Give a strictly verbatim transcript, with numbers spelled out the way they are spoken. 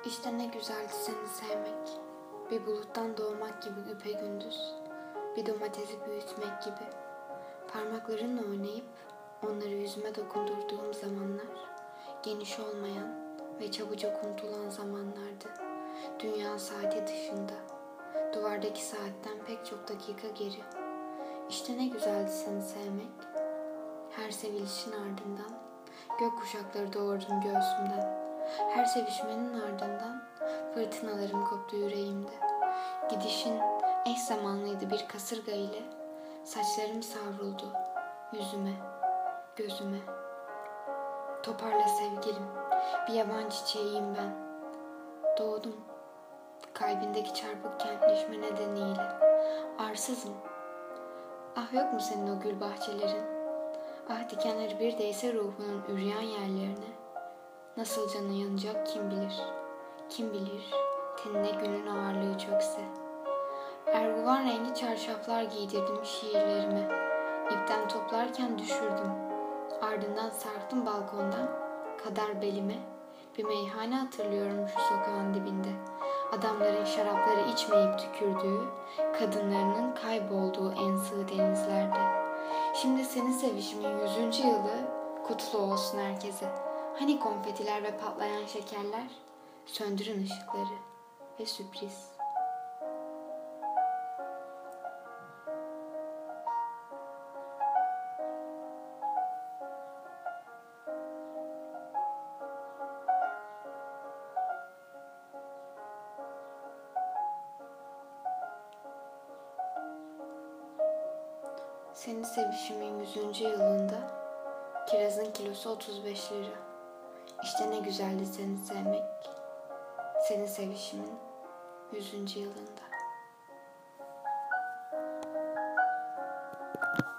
İşte ne güzeldi seni sevmek. Bir buluttan doğmak gibi güpegündüz. Bir domatesi büyütmek gibi. Parmaklarınla oynayıp onları yüzüme dokundurduğum zamanlar, geniş olmayan ve çabucak unutulan zamanlardı. Dünya saati dışında, duvardaki saatten pek çok dakika geri. İşte ne güzeldi seni sevmek. Her sevilişin ardından gök kuşakları doğurdun göğsümden. Her sevişmenin ardından fırtınaların koptu yüreğimde. Gidişin eş zamanlıydı bir kasırga ile. Saçlarım savruldu yüzüme, gözüme. Toparla sevgilim, bir yabancı çiçeğiyim ben. Doğdum, kalbindeki çarpık kentleşme nedeniyle. Arsızım, ah yok mu senin o gül bahçelerin? Ah dikenleri bir değse ruhunun üryan yerlerine. Nasıl canı yanacak kim bilir, kim bilir tenine günün ağırlığı çökse. Erguvan rengi çarşaflar giydirdim şiirlerime. İpten toplarken düşürdüm. Ardından sarktım balkondan, kadar belime. Bir meyhane hatırlıyorum şu sokağın dibinde. Adamların şarapları içmeyip tükürdüğü, kadınlarının kaybolduğu en sığ denizlerde. Şimdi seni sevişimin yüzüncü yılı kutlu olsun herkese. Hani konfetiler ve patlayan şekerler? Söndürün ışıkları ve sürpriz. Seni sevişimin yüzüncü yılında kirazın kilosu otuz beş lira. İşte ne güzeldi seni sevmek. Seni sevişimin yüzüncü yılında.